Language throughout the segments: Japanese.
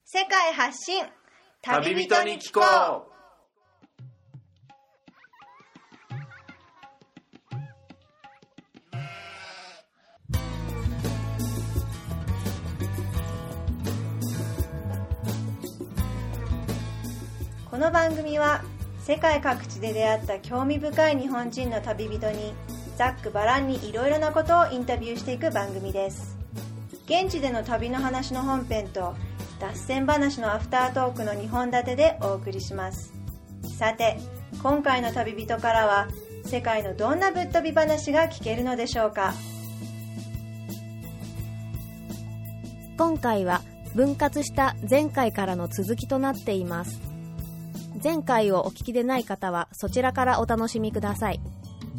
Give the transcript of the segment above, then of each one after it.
世界発信旅人に聞こう。 この番組は世界各地で出会った興味深い日本人の旅人にざっくばらんにいろいろなことをインタビューしていく番組です。現地での旅の話の本編と脱線話のアフタートークの2本立てでお送りします。さて、今回の旅人からは世界のどんなぶっ飛び話が聞けるのでしょうか。 今回は分割した前回からの続きとなっています。前回をお聞きでない方はそちらからお楽しみください。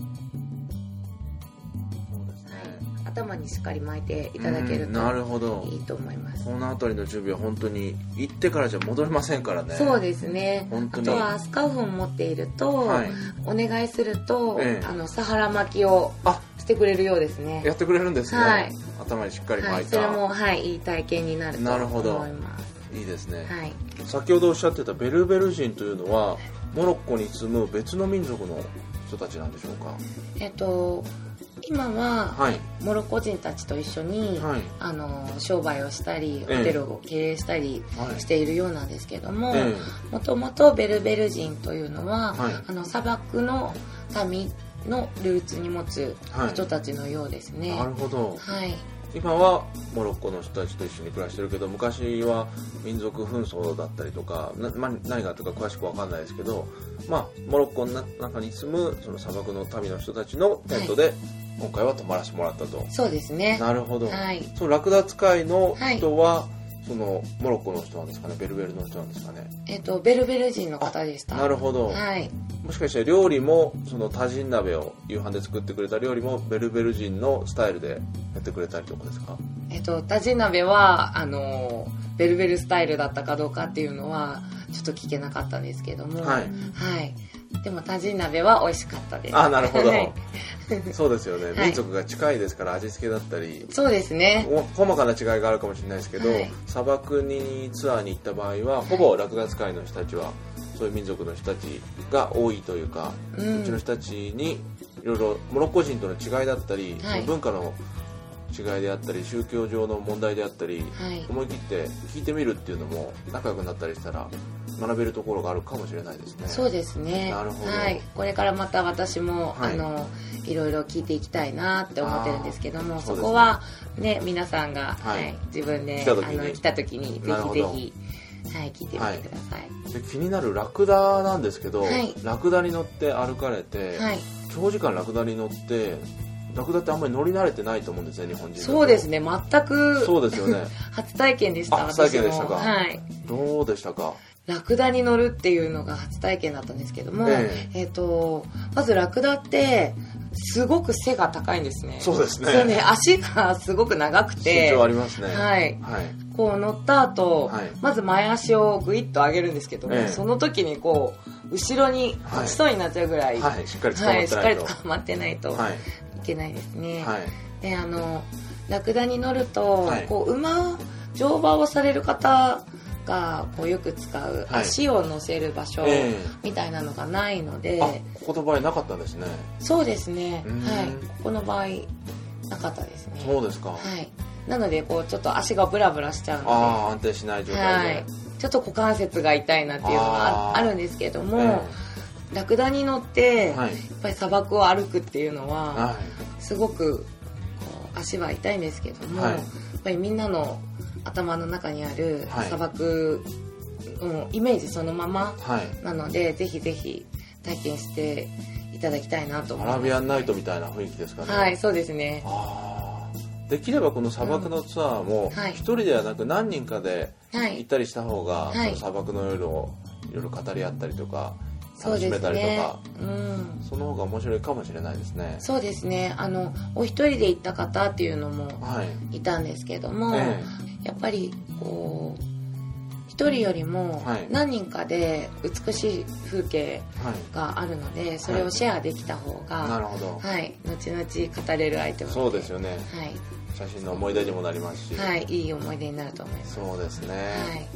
頭にしっかり巻いていただけるといいと思います。 このあたりの準備は本当に行ってからじゃ戻れませんからね。 そうですね。 本当に。 あとはスカーフを持っていると、 はい、 お願いすると、サハラ巻きをしてくれるようでうすね。 やってくれるんですね。 はい、 頭にしっかり巻いた。 はい、それも、いい体験になると思います。 なるほど。いいですね。 はい、 先ほどおっしゃってたベルベル人というのはモロッコに住む別の民族の人たちなんでしょうか。 今は、モロッコ人たちと一緒に、商売をしたりホテルを経営したりしているようなんですけども、もともとベルベル人というのは、砂漠の民のルーツに持つ人たちのようですね。 なるほど。 はい、 今はモロッコの人たちと一緒に暮らしてるけど、昔は民族紛争だったりとか何があったか詳しく分かんないですけど、モロッコの中に住むその砂漠の民の人たちのテントで、今回は泊まらせてもらったと。 そうですね。 なるほど。 はい、 そのラクダ使いの人は、そのモロッコの人なんですかね、ベルベルの人なんですかね。 ベルベル人の方でした。 なるほど。 はい、 もしかして料理もそのタジン鍋を夕飯で作ってくれた料理もベルベル人のスタイルでやってくれたりとかですか。 タジン鍋はベルベルスタイルだったかどうかっていうのはちょっと聞けなかったんですけども、はい、でもタジン鍋は美味しかったです。 なるほど。そうですよね。民族が近いですから味付けだったり、 そうですね。 細かな違いがあるかもしれないですけど、砂漠にツアーに行った場合は、ほぼラクダ使いの人たちはそういう民族の人たちが多いというか、うちの人たちにいろいろモロッコ人との違いだったり、文化の違いであったり宗教上の問題であったり、思い切って聞いてみるっていうのも仲良くなったりしたら学べるところがあるかもしれないですね。 そうですね。 なるほど。 これからまた私も、いろいろ聞いていきたいなって思ってるんですけども、そこはね、皆さんが、自分で来た時にぜひぜひ聞いてみてください。 で、気になるラクダなんですけど、ラクダに乗って歩かれて、長時間ラクダに乗ってラクダってあんまり乗り慣れてないと思うんですね、日本人。 そうですね、全く。そうですよね。初体験でした。 初体験でしたか。 はい。 どうでしたか。 ラクダに乗るっていうのが初体験だったんですけども、まずラクダってすごく背が高いんですね。 そうですね。 そうね、足がすごく長くて、 身長ありますね。 はい。こう乗った後、まず前足をグイッと上げるんですけども、その時にこう後ろに落ちそうになっちゃうぐらい、 しっかり捕まってないといけないですね。で、ラクダに乗ると、こう乗馬をされる方がこうよく使う足を乗せる場所みたいなのがないので、 ここの場合なかったんですね。 そうですね。ここの場合なかったですね。 そうですか。 なのでこうちょっと足がブラブラしちゃうので、 安定しない状態で、 ちょっと股関節が痛いなっていうのがあるんですけども、ラクダに乗ってやっぱり砂漠を歩くっていうのはすごく足は痛いんですけども、やっぱりみんなの頭の中にある砂漠のイメージそのままなので、ぜひぜひ体験していただきたいなと思います。 アラビアンナイトみたいな雰囲気ですかね。 はい、そうですね。 できればこの砂漠のツアーも一人ではなく何人かで行ったりした方が、その砂漠の夜をいろいろ語り合ったりとか楽しめたりとか、その方が面白いかもしれないですね。 そうですね。お一人で行った方っていうのもいたんですけども、やっぱりこう一人よりも何人かで美しい風景があるので、それをシェアできた方が、後々語れる相手も。 そうですよね。写真の思い出にもなりますし、 いい思い出になると思います。 そうですね。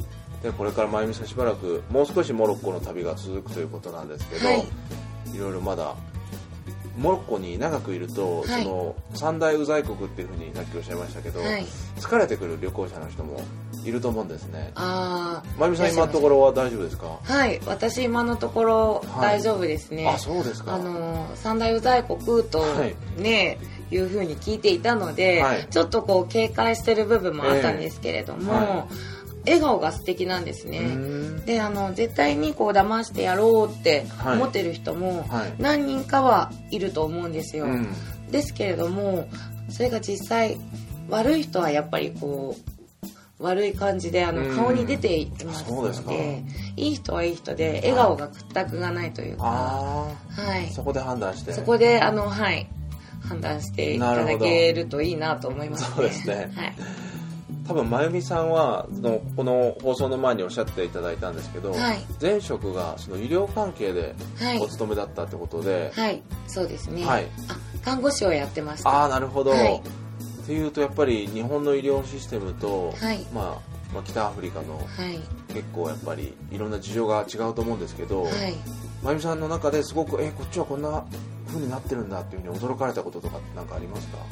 でこれからまゆみさんしばらくもう少しモロッコの旅が続くということなんですけど、いろいろまだモロッコに長くいると、その三大ウザい国っていうふうにさっきおっしゃいましたけど、疲れてくる旅行者の人もいると思うんですね。まゆみさん今のところは大丈夫ですか？ はい、私今のところ大丈夫ですね。 あ、そうですか。 三大ウザい国とね、いうふうに聞いていたので、ちょっとこう警戒してる部分もあったんですけれども、笑顔が素敵なんですね。で、絶対にこう騙してやろうって思ってる人も何人かはいると思うんですよ。ですけれども、それが実際悪い人はやっぱりこう悪い感じで顔に出ていますので、いい人はいい人で笑顔が屈託がないというか、 そこで判断して、 そこで判断していただけるといいなと思いますね。 そうですね。多分まゆみさんはこの放送の前におっしゃっていただいたんですけど、前職がその医療関係でお勤めだったってことで、 そうですね。看護師をやってました。 なるほど。っていうとやっぱり日本の医療システムと、北アフリカの結構やっぱりいろんな事情が違うと思うんですけど、まゆみさんの中ですごくこっちはこんな風になってるんだっていうふうに驚かれたこととか何かありますか？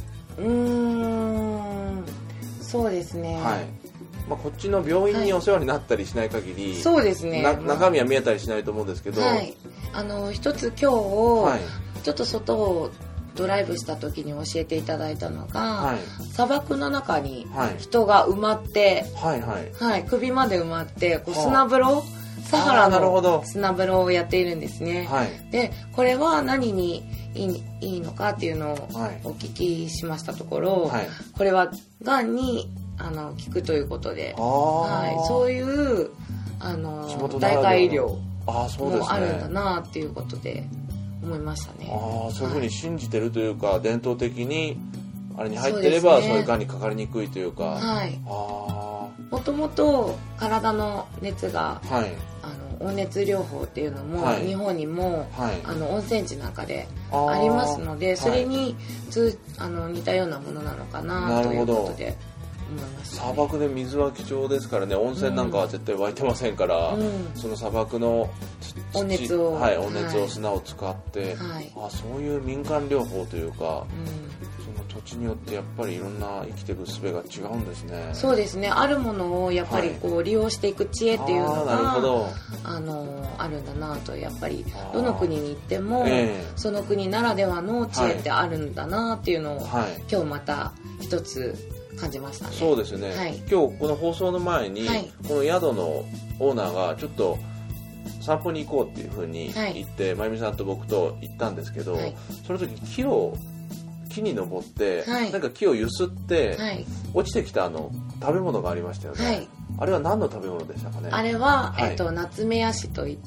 そうですね。 こっちの病院にお世話になったりしない限り、 そうですね。 中身は見えたりしないと思うんですけど、 一つ今日、ちょっと外をドライブした時に教えていただいたのが、砂漠の中に人が埋まって、首まで埋まってこう砂風呂、サハラの砂風呂をやっているんですね。で、これは何にいいのかっていうのをお聞きしましたところ、これはがんに効くということで、そういう代替医療もあるんだなっていうことで思いましたね。 そういうふうに信じてるというか、伝統的にあれに入ってればそういうがんにかかりにくいというか、もともと体の熱が、温熱療法っていうのも、日本にも、温泉地なんかでありますので、それに似たようなものなのかなということで思いましたね。 砂漠で水は貴重ですからね、温泉なんかは絶対湧いてませんから、その砂漠の温熱を、 砂を使って、そういう民間療法というか、その土地によってやっぱりいろんな生きていく術が違うんですね。 そうですね。あるものをやっぱりこう利用していく知恵っていうのがあるんだなと、やっぱりどの国に行っても、その国ならではの知恵ってあるんだなっていうのを、今日また一つ感じましたね。 そうですね。今日この放送の前に、この宿のオーナーがちょっと散歩に行こうっていう風に言って、まゆみさんと僕と行ったんですけど、その時木に登って、なんか木を揺すって、落ちてきた食べ物がありましたよね。あれは何の食べ物でしたかね？あれは、ナツメヤシといって、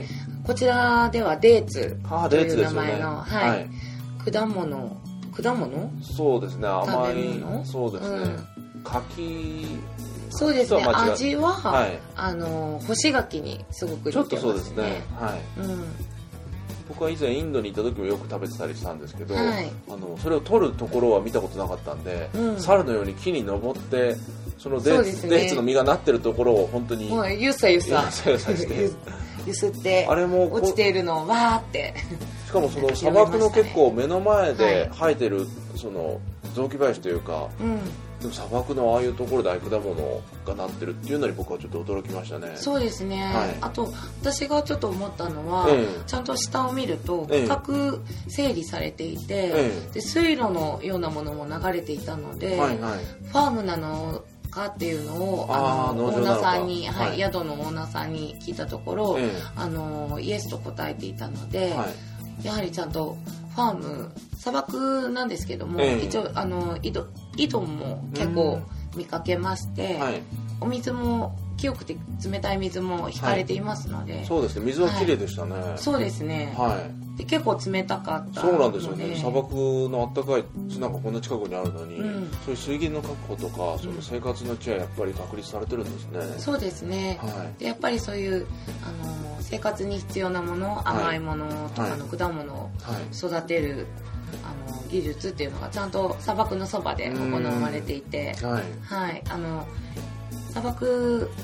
こちらではデーツという名前の、果物？ そうですね。甘い。そうですね。柿。 そうですね。味は、干し柿にすごく似てますね。 ちょっとそうですね。僕は以前インドに行った時もよく食べてたりしたんですけど、それを取るところは見たことなかったんで、猿のように木に登ってそのデーツの実がなってるところを本当にゆさしてゆすってあれも落ちているのをわーってしかもその砂漠の結構目の前で生えてるその雑木林というか、でも砂漠のああいうところで果物がなってるっていうのに僕はちょっと驚きましたね。 そうですね、あと私がちょっと思ったのは、ちゃんと下を見ると深く整理されていて、で水路のようなものも流れていたので、ファームなのかっていうのをオーナーさんに、宿のオーナーさんに聞いたところ、イエスと答えていたので、やはりちゃんとファーム砂漠なんですけども、一応井戸も結構見かけまして、お水も清くて冷たい水も引かれていますので、 そうですね、水は綺麗でしたね。 そうですね、で結構冷たかったので。そうなんですよね。砂漠のあったかいなんかこんな近くにあるのに、そういう水源の確保とかその生活の知恵はやっぱり確立されてるんですね。 そうですね、でやっぱりそういう生活に必要なもの、甘いものとかの果物を育てる、技術っていうのがちゃんと砂漠のそばで行われていて、砂漠っ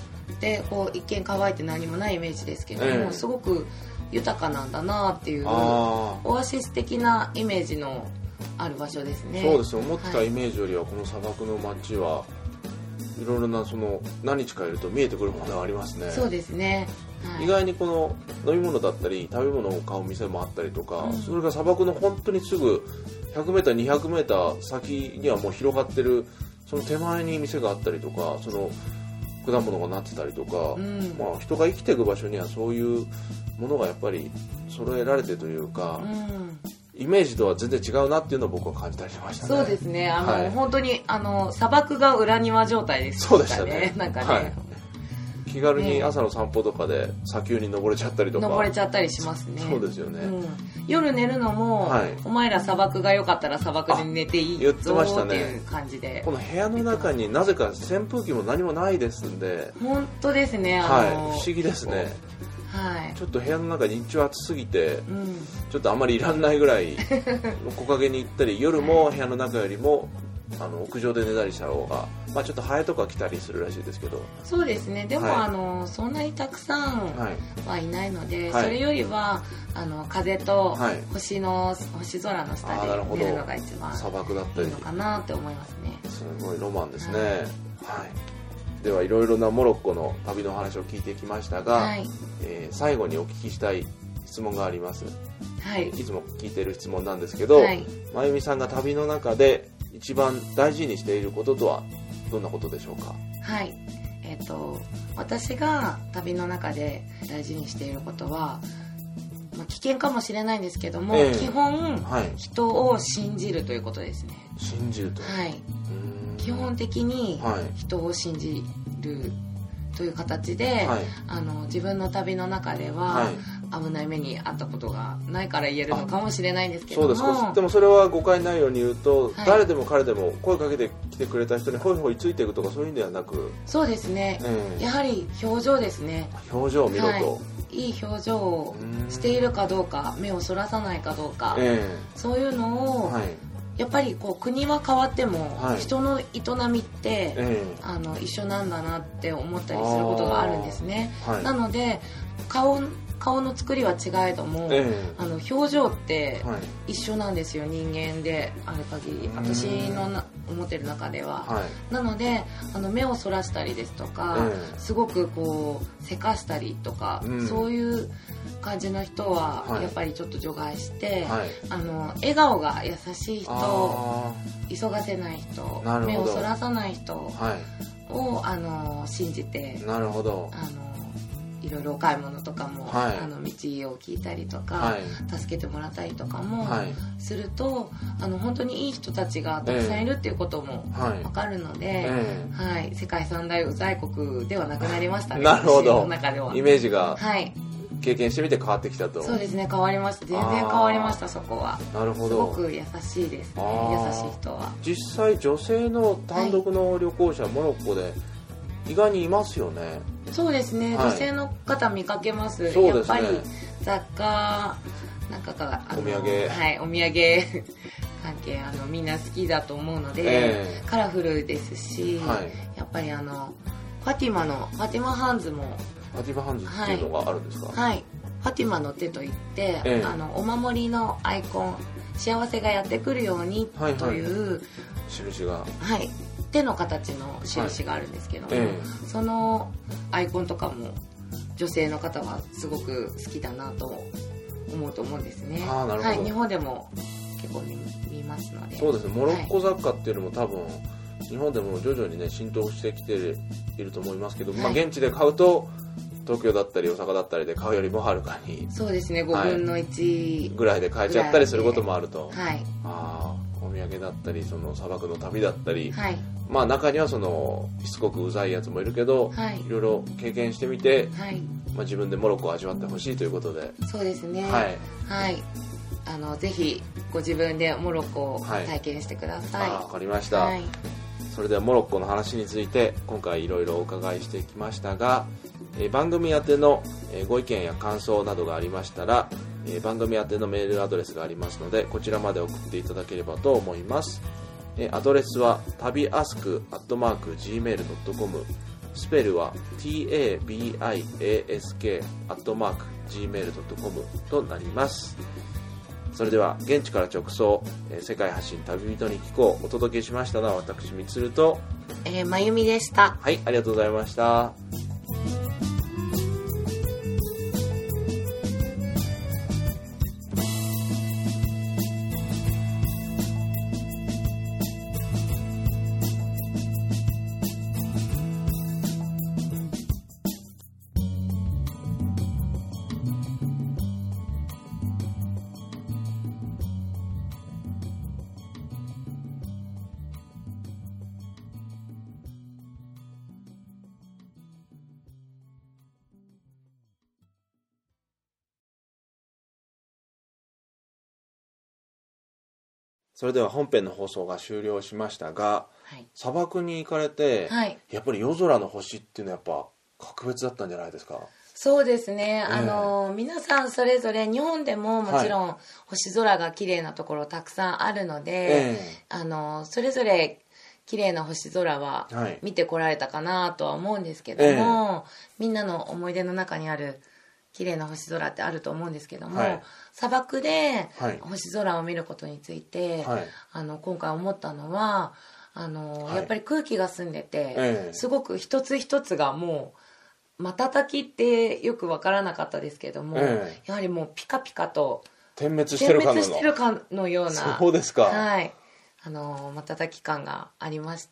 でこう一見乾いて何もないイメージですけども、すごく豊かなんだなっていうオアシス的なイメージのある場所ですね。 そうですね、思ってたイメージよりはこの砂漠の街はいろいろなその何日かいると見えてくるものがありますね。 そうですね、 意外にこの飲み物だったり食べ物を買う店もあったりとか、それが砂漠の本当にすぐ 100m200m 先にはもう広がってるその手前に店があったりとか、その果物がなってたりとか、まあ、人が生きていく場所にはそういうものがやっぱり揃えられてというか、イメージとは全然違うなっていうのを僕は感じたりしましたね。 そうですね、本当に砂漠が裏庭状態ですかそね。 うでしたね。 なんかね、 気軽に朝の散歩とかで砂丘に登れちゃったりとか、 登れちゃったりしますね。 そうですよね、 夜寝るのも、お前ら砂漠が良かったら砂漠で寝ていいぞっていう感じで、 この部屋の中になぜか扇風機も何もないですんで、 本当ですね、 不思議ですね。ちょっと部屋の中日中暑すぎて、ちょっとあまりいらんないぐらい木陰に行ったり、夜も部屋の中よりも屋上で寝たりした方が、まあ、ちょっとハエとか来たりするらしいですけど。 そうですね、でも、そんなにたくさんはいないので、それよりは風と星空の下で寝るのが一番砂漠だったりいいのかなって思いますね。 すごいロマンですね。ではいろいろなモロッコの旅の話を聞いてきましたが、最後にお聞きしたい質問があります。いつも聞いている質問なんですけど、まゆみさんが旅の中で一番大事にしていることとはどんなことでしょうか？ 私が旅の中で大事にしていることは、危険かもしれないんですけども、基本、人を信じるということですね。 信じると、 基本的に人を信じるという形で、自分の旅の中では、危ない目に遭ったことがないから言えるのかもしれないんですけども。 そうですか。でもそれは誤解ないように言うと、誰でも彼でも声かけてきてくれた人にホイホイついていくとかそういうんではなく。 そうですね、やはり表情ですね。 表情を見ろと、 いい表情をしているかどうか、目をそらさないかどうか、そういうのを、やっぱりこう国は変わっても、人の営みって、一緒なんだなって思ったりすることがあるんですね。なので顔の作りは違えども、表情って一緒なんですよ、人間である限り、私の思ってる中では。なので目をそらしたりですとか、すごくこうせかしたりとか、そういう感じの人はやっぱりちょっと除外して、笑顔が優しい人、急がせない人、目をそらさない人を、信じて、 なるほど、 いろいろお買い物とかも、道を聞いたりとか、助けてもらったりとかもすると、本当にいい人たちがたくさんいるっていうことも分かるので、世界三大ウザい国ではなくなりましたね。 なるほど、 私の中ではイメージが、経験してみて変わってきたと。 そうですね、変わりました。全然変わりました、そこは。 なるほど。 すごく優しいですね、優しい人は。 実際女性の単独の旅行者、モロッコで意外にいますよね。 そうですね、女性の方見かけます。 そうですね、 やっぱり雑貨なんかがお土産、 お土産関係みんな好きだと思うので、カラフルですし、やっぱりファティマハンズも、 ファティマハンズっていうのがあるんですか？ ファティマの手といって、お守りのアイコン、幸せがやってくるようにという、 印が、 手の形の印があるんですけども、そのアイコンとかも女性の方はすごく好きだなと思うと思うんですね。 なるほど。 日本でも結構見ますので。 そうですね、モロッコ雑貨っていうのも多分日本でも徐々にね浸透してきていると思いますけど、現地で買うと東京だったり大阪だったりで買うよりもはるかに、 そうですね、5分の1 ぐらいで買えちゃったりすることもあると。お土産だったり、その砂漠の旅だったり、中にはそのしつこくうざいやつもいるけど、いろいろ経験してみて、自分でモロッコを味わってほしいということで。 そうですね、ぜひご自分でモロッコを体験してください。 わかりました、それではモロッコの話について今回いろいろお伺いしてきましたが、番組宛てのご意見や感想などがありましたら、番組宛てのメールアドレスがありますので、こちらまで送っていただければと思います。アドレスは旅アスク@gmail.com スペルは tabiask@gmail.com となります。それでは現地から直送、世界発信旅人に聞こうお届けしましたのは私みつると、 まゆみでした。 はい、ありがとうございました。それでは本編の放送が終了しましたが、はい、砂漠に行かれて、はい、やっぱり夜空の星っていうのはやっぱ格別だったんじゃないですか？ そうですね、皆さんそれぞれ日本でももちろん星空が綺麗なところたくさんあるので、それぞれ綺麗な星空は見てこられたかなとは思うんですけども、みんなの思い出の中にある綺麗な星空ってあると思うんですけども、はい、砂漠で星空を見ることについて、はい、今回思ったのはやっぱり空気が澄んでて、すごく一つ一つがもう瞬きってよく分からなかったですけども、やはりもうピカピカと点滅してるかのような、 そうですか、 はい、瞬き感がありまして、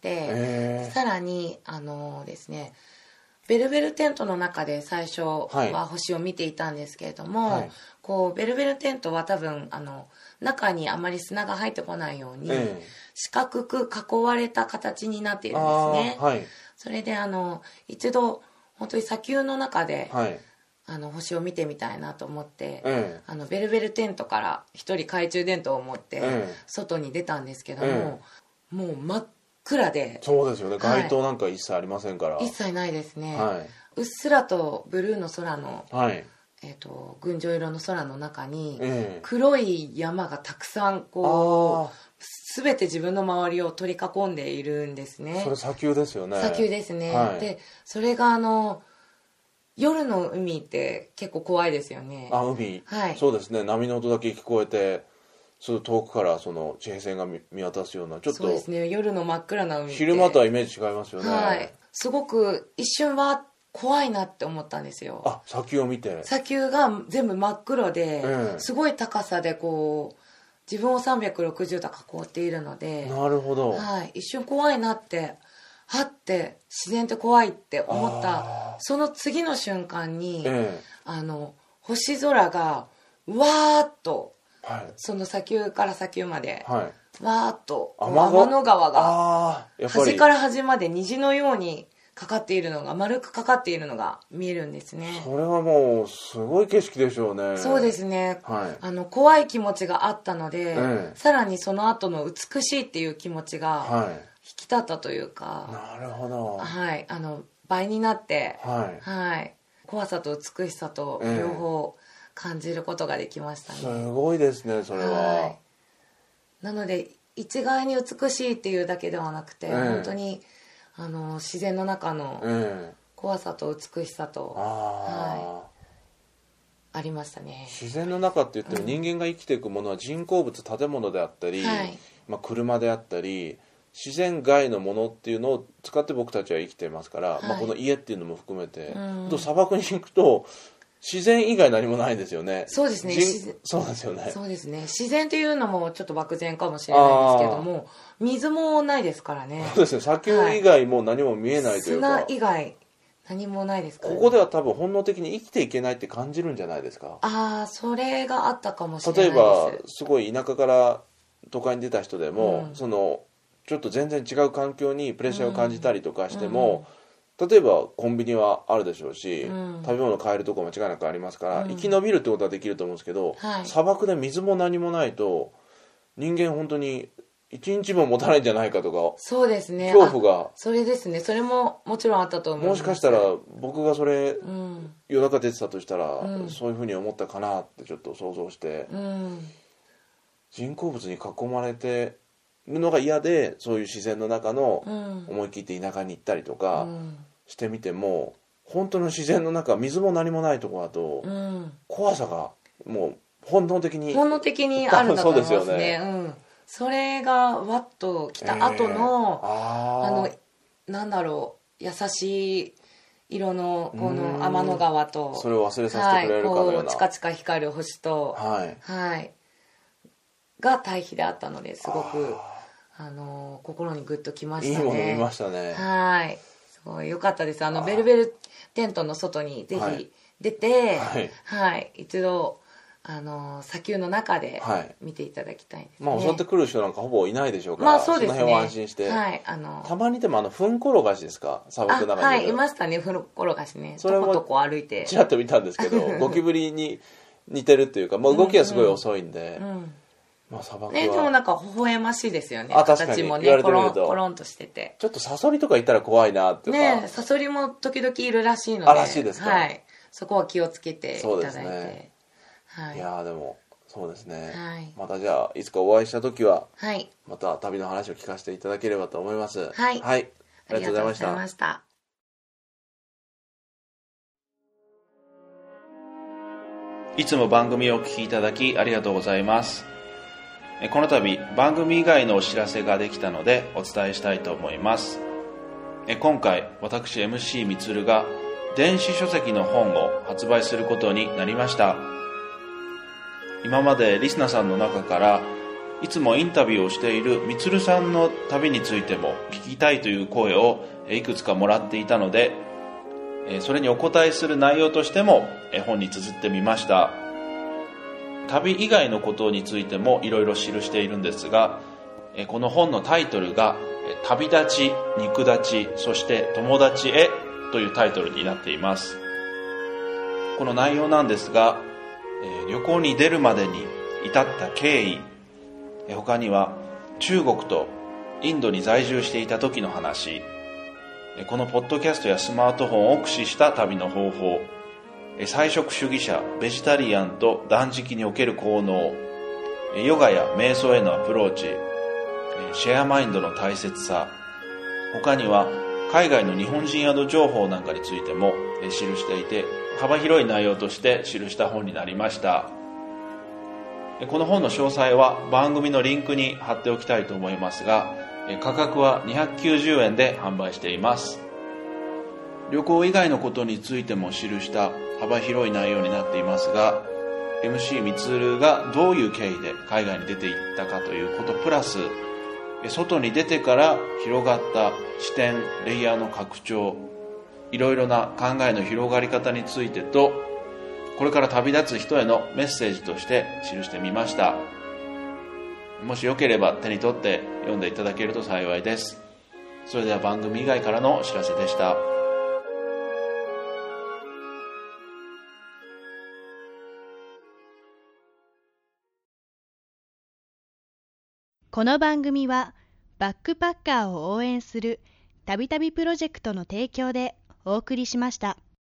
さらにですね、ベルベルテントの中で最初は星を見ていたんですけれども、はい、こうベルベルテントは多分中にあまり砂が入ってこないように、四角く囲われた形になっているんですね、はい、それで一度本当に砂丘の中で、はい、星を見てみたいなと思って、ベルベルテントから一人懐中電灯を持って外に出たんですけども、もう真っ暗で、 そうですよね、街灯なんか一切ありませんから、 一切ないですね、はい、うっすらとブルーの空の、はい、群青色の空の中に、黒い山がたくさんこう全て自分の周りを取り囲んでいるんですね。 それ砂丘ですよね。 砂丘ですね、はい、でそれが夜の海って結構怖いですよね。 海、はい、そうですね、波の音だけ聞こえて、その遠くからその地平線が見渡すような、ちょっとそうですね、 夜の真っ暗な海って昼間とはイメージ違いますよね、 はい、すごく一瞬は怖いなって思ったんですよ。 砂丘を見て、 砂丘が全部真っ黒で、すごい高さでこう自分を360度囲っているので、 なるほど、 はい、一瞬怖いなって、はって自然って怖いって思ったその次の瞬間に、星空がわーっと、はい、その砂丘から砂丘まで、はい、わーっと天の川が端から端まで虹のようにかかっているのが、丸くかかっているのが見えるんですね。 それはもうすごい景色でしょうね。 そうですね、はい、怖い気持ちがあったので、さらにその後の美しいっていう気持ちが引き立ったというか、 なるほど、 はい、倍になって、はいはい、怖さと美しさと両方感じることができましたね。 すごいですね、それは、はい、 なので一概に美しいっていうだけではなくて、本当に自然の中の怖さと美しさと、はい、ありましたね。 自然の中って言っても、人間が生きていくものは人工物、建物であったり、はい、車であったり、自然外のものっていうのを使って僕たちは生きてますから、はい、この家っていうのも含めて、砂漠に行くと自然以外何もないんですよね。 そうですね、 そうですよね。 そうですね、自然っていうのもちょっと漠然かもしれないですけども、水もないですからね。 そうですね、砂丘以外も何も見えないというか、 砂以外何もないですから、ね、 ここでは多分本能的に生きていけないって感じるんじゃないですか。 それがあったかもしれないです。 例えばすごい田舎から都会に出た人でも、そのちょっと全然違う環境にプレッシャーを感じたりとかしても、例えばコンビニはあるでしょうし、食べ物買えるとこ間違いなくありますから、生き延びるってことはできると思うんですけど、はい、砂漠で水も何もないと人間本当に1日も持たないんじゃないかとか、 そうですね、 恐怖が、 それですね、それももちろんあったと思います。 もしかしたら僕がそれ、夜中出てたとしたら、そういうふうに思ったかなってちょっと想像して、人工物に囲まれてるのが嫌で、そういう自然の中の思い切って田舎に行ったりとか、 してみても本当の自然の中、水も何もないところだと、怖さがもう本能的にあるんだと思いますね。そうですよね。それがワッと来た後の、なんだろう、優しい色のこの天の川と、 それを忘れさせてくれるかのような、 チカチカ光る星と、が対比であったので、すごく心にグッときましたね。 いいもの見ましたね。 すごい良かったです。ベルベルテントの外にぜひ出て、一度砂丘の中で見ていただきたいですね。 襲ってくる人なんかほぼいないでしょうから、 そうですね、 その辺は安心して、たまにでもフンコロガシですか、砂漠の中にいましたね、フンコロガシね。それもとこ歩いてちらっと見たんですけどゴキブリに似てるっていうか、動きがすごい遅いんで、砂漠はでもなんか微笑ましいですよね。形もね、コロンとしてて、 ちょっとサソリとかいたら怖いなっていうか、 サソリも時々いるらしいので、 らしいですか。 そこは気をつけていただいて。 いやでもそうですね、またじゃあいつかお会いした時は、また旅の話を聞かせていただければと思います。ありがとうございました。 いつも番組をお聞きいただきありがとうございます。この度番組以外のお知らせができたのでお伝えしたいと思います。今回私 MC みつるが電子書籍の本を発売することになりました。今までリスナーさんの中からいつもインタビューをしているみつるさんの旅についても聞きたいという声をいくつかもらっていたので、それにお答えする内容としても本に綴ってみました。旅以外のことについてもいろいろ記しているんですが、この本のタイトルが旅立ち、肉立ち、そして友達へというタイトルになっています。この内容なんですが、旅行に出るまでに至った経緯、他には中国とインドに在住していた時の話、このポッドキャストやスマートフォンを駆使した旅の方法、菜食主義者ベジタリアンと断食における効能、ヨガや瞑想へのアプローチ、シェアマインドの大切さ、他には海外の日本人宿情報なんかについても記していて、幅広い内容として記した本になりました。この本の詳細は番組のリンクに貼っておきたいと思いますが、価格は290円で販売しています。旅行以外のことについても記した幅広い内容になっていますが、 MC みつるがどういう経緯で海外に出ていったかということプラス、外に出てから広がった視点、レイヤーの拡張、いろいろな考えの広がり方についてと、これから旅立つ人へのメッセージとして記してみました。もしよければ手に取って読んでいただけると幸いです。それでは番組以外からのお知らせでした。 この番組はバックパッカーを応援するたびたびプロジェクトの提供でお送りしました。